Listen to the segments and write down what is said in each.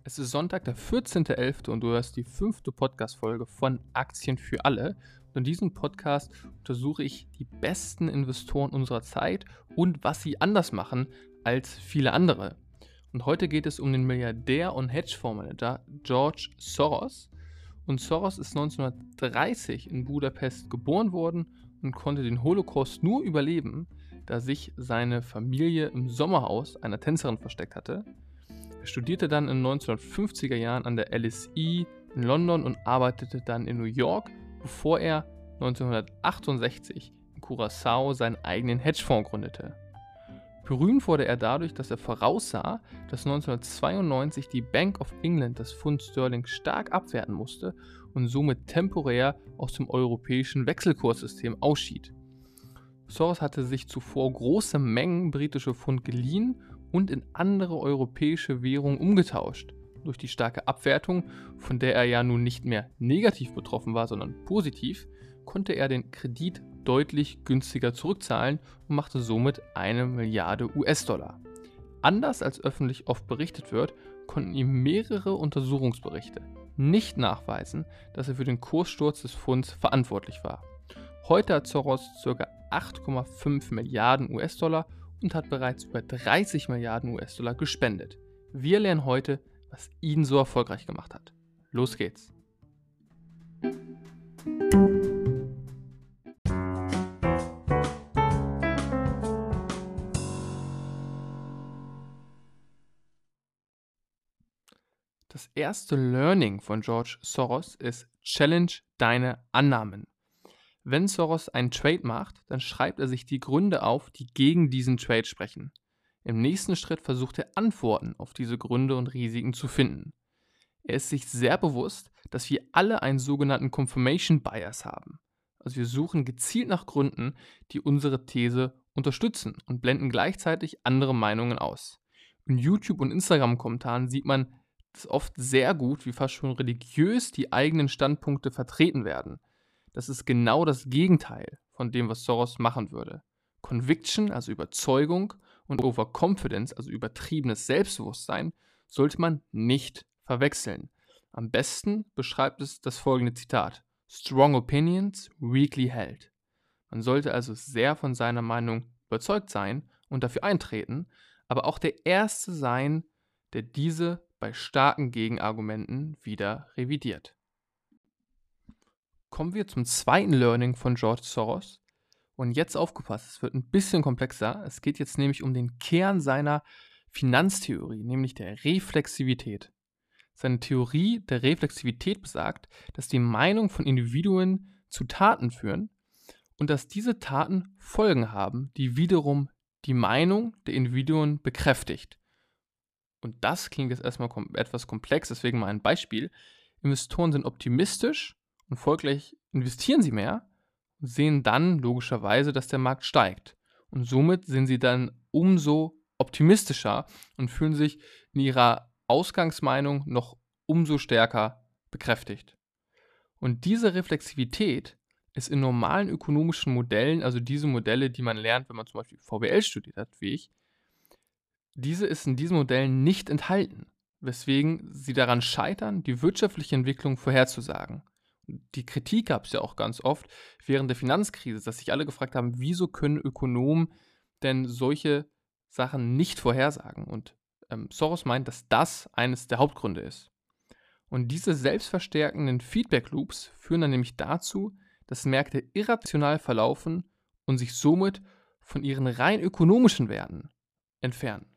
Es ist Sonntag, der 14.11. und du hörst die 5. Podcast-Folge von Aktien für alle. Und in diesem Podcast untersuche ich die besten Investoren unserer Zeit und was sie anders machen als viele andere. Und heute geht es um den Milliardär und Hedgefondsmanager George Soros. Und Soros ist 1930 in Budapest geboren worden und konnte den Holocaust nur überleben, da sich seine Familie im Sommerhaus einer Tänzerin versteckt hatte. Er studierte dann in den 1950er Jahren an der LSE in London und arbeitete dann in New York, bevor er 1968 in Curaçao seinen eigenen Hedgefonds gründete. Berühmt wurde er dadurch, dass er voraussah, dass 1992 die Bank of England das Pfund Sterling stark abwerten musste und somit temporär aus dem europäischen Wechselkurssystem ausschied. Soros hatte sich zuvor große Mengen britische Pfund geliehen und in andere europäische Währungen umgetauscht. Durch die starke Abwertung, von der er ja nun nicht mehr negativ betroffen war, sondern positiv, konnte er den Kredit deutlich günstiger zurückzahlen und machte somit 1 Milliarde US-Dollar. Anders als öffentlich oft berichtet wird, konnten ihm mehrere Untersuchungsberichte nicht nachweisen, dass er für den Kurssturz des Pfunds verantwortlich war. Heute hat Soros ca. 8,5 Milliarden US-Dollar und hat bereits über 30 Milliarden US-Dollar gespendet. Wir lernen heute, was ihn so erfolgreich gemacht hat. Los geht's! Das erste Learning von George Soros ist: Challenge deine Annahmen. Wenn Soros einen Trade macht, dann schreibt er sich die Gründe auf, die gegen diesen Trade sprechen. Im nächsten Schritt versucht er Antworten auf diese Gründe und Risiken zu finden. Er ist sich sehr bewusst, dass wir alle einen sogenannten Confirmation Bias haben. Also wir suchen gezielt nach Gründen, die unsere These unterstützen und blenden gleichzeitig andere Meinungen aus. In YouTube- und Instagram-Kommentaren sieht man es oft sehr gut, wie fast schon religiös die eigenen Standpunkte vertreten werden. Das ist genau das Gegenteil von dem, was Soros machen würde. Conviction, also Überzeugung, und Overconfidence, also übertriebenes Selbstbewusstsein, sollte man nicht verwechseln. Am besten beschreibt es das folgende Zitat: Strong opinions, weakly held. Man sollte also sehr von seiner Meinung überzeugt sein und dafür eintreten, aber auch der Erste sein, der diese bei starken Gegenargumenten wieder revidiert. Kommen wir zum zweiten Learning von George Soros. Und jetzt aufgepasst, es wird ein bisschen komplexer. Es geht jetzt nämlich um den Kern seiner Finanztheorie, nämlich der Reflexivität. Seine Theorie der Reflexivität besagt, dass die Meinung von Individuen zu Taten führen und dass diese Taten Folgen haben, die wiederum die Meinung der Individuen bekräftigt. Und das klingt jetzt erstmal etwas komplex, deswegen mal ein Beispiel. Investoren sind optimistisch und folglich investieren sie mehr und sehen dann logischerweise, dass der Markt steigt. Und somit sind sie dann umso optimistischer und fühlen sich in ihrer Ausgangsmeinung noch umso stärker bekräftigt. Und diese Reflexivität ist in normalen ökonomischen Modellen, also diese Modelle, die man lernt, wenn man zum Beispiel VWL studiert hat, wie ich, diese ist in diesen Modellen nicht enthalten, weswegen sie daran scheitern, die wirtschaftliche Entwicklung vorherzusagen. Die Kritik gab es ja auch ganz oft während der Finanzkrise, dass sich alle gefragt haben, wieso können Ökonomen denn solche Sachen nicht vorhersagen? Und Soros meint, dass das eines der Hauptgründe ist. Und diese selbstverstärkenden Feedback-Loops führen dann nämlich dazu, dass Märkte irrational verlaufen und sich somit von ihren rein ökonomischen Werten entfernen.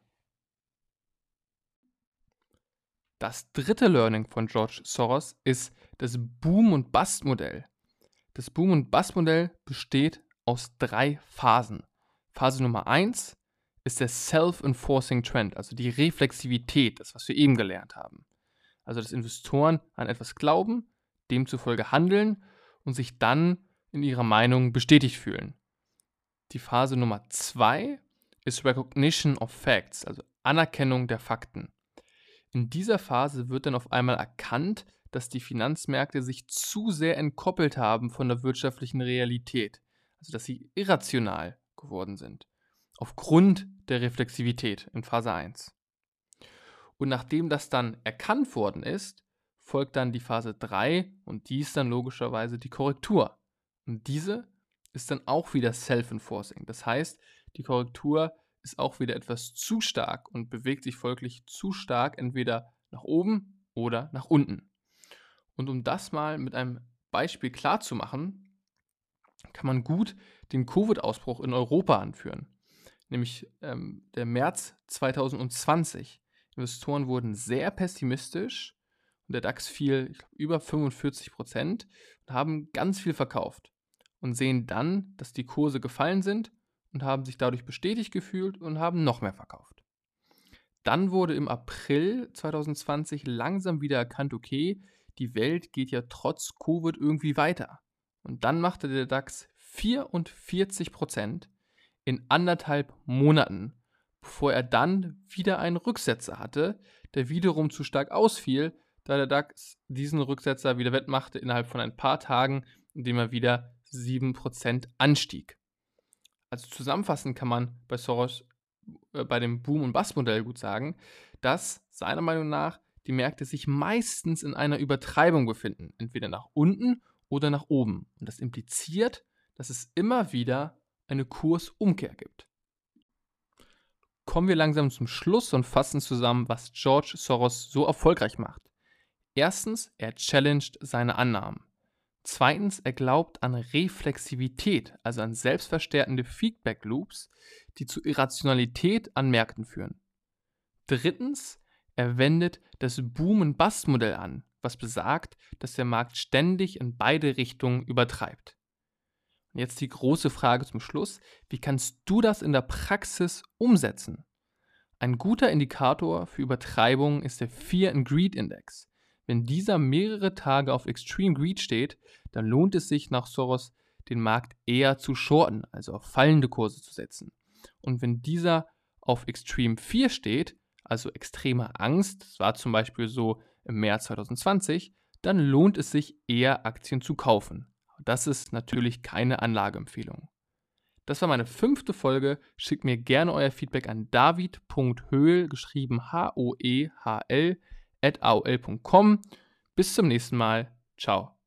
Das dritte Learning von George Soros ist das Boom- und Bust-Modell. Das Boom- und Bust-Modell besteht aus 3 Phasen. Phase Nummer 1 ist der Self-Enforcing Trend, also die Reflexivität, das, was wir eben gelernt haben. Also, dass Investoren an etwas glauben, demzufolge handeln und sich dann in ihrer Meinung bestätigt fühlen. Die Phase Nummer 2 ist Recognition of Facts, also Anerkennung der Fakten. In dieser Phase wird dann auf einmal erkannt, dass die Finanzmärkte sich zu sehr entkoppelt haben von der wirtschaftlichen Realität, also dass sie irrational geworden sind, aufgrund der Reflexivität in Phase 1. Und nachdem das dann erkannt worden ist, folgt dann die Phase 3 und die ist dann logischerweise die Korrektur. Und diese ist dann auch wieder Self-Enforcing. Das heißt, die Korrektur ist auch wieder etwas zu stark und bewegt sich folglich zu stark entweder nach oben oder nach unten. Und um das mal mit einem Beispiel klarzumachen, kann man gut den Covid-Ausbruch in Europa anführen. Nämlich der März 2020. Investoren wurden sehr pessimistisch und der DAX fiel über 45% und haben ganz viel verkauft. Und sehen dann, dass die Kurse gefallen sind und haben sich dadurch bestätigt gefühlt und haben noch mehr verkauft. Dann wurde im April 2020 langsam wieder erkannt, okay, die Welt geht ja trotz Covid irgendwie weiter. Und dann machte der DAX 44% in 1,5 Monaten, bevor er dann wieder einen Rücksetzer hatte, der wiederum zu stark ausfiel, da der DAX diesen Rücksetzer wieder wettmachte innerhalb von ein paar Tagen, indem er wieder 7% anstieg. Also zusammenfassend kann man bei Soros bei dem Boom- und Bust-Modell gut sagen, dass seiner Meinung nach die Märkte sich meistens in einer Übertreibung befinden, entweder nach unten oder nach oben. Und das impliziert, dass es immer wieder eine Kursumkehr gibt. Kommen wir langsam zum Schluss und fassen zusammen, was George Soros so erfolgreich macht. Erstens, er challenged seine Annahmen. Zweitens, er glaubt an Reflexivität, also an selbstverstärkende Feedback-Loops, die zu Irrationalität an Märkten führen. Drittens, er wendet das Boom-and-Bust-Modell an, was besagt, dass der Markt ständig in beide Richtungen übertreibt. Und jetzt die große Frage zum Schluss: Wie kannst du das in der Praxis umsetzen? Ein guter Indikator für Übertreibung ist der Fear and Greed Index. Wenn dieser mehrere Tage auf Extreme Greed steht, dann lohnt es sich nach Soros, den Markt eher zu shorten, also auf fallende Kurse zu setzen. Und wenn dieser auf Extreme Fear steht, also extreme Angst, das war zum Beispiel so im März 2020, dann lohnt es sich eher Aktien zu kaufen. Das ist natürlich keine Anlageempfehlung. Das war meine 5. Folge. Schickt mir gerne euer Feedback an david.höhl, geschrieben Hoehl, @aol.com. Bis zum nächsten Mal. Ciao.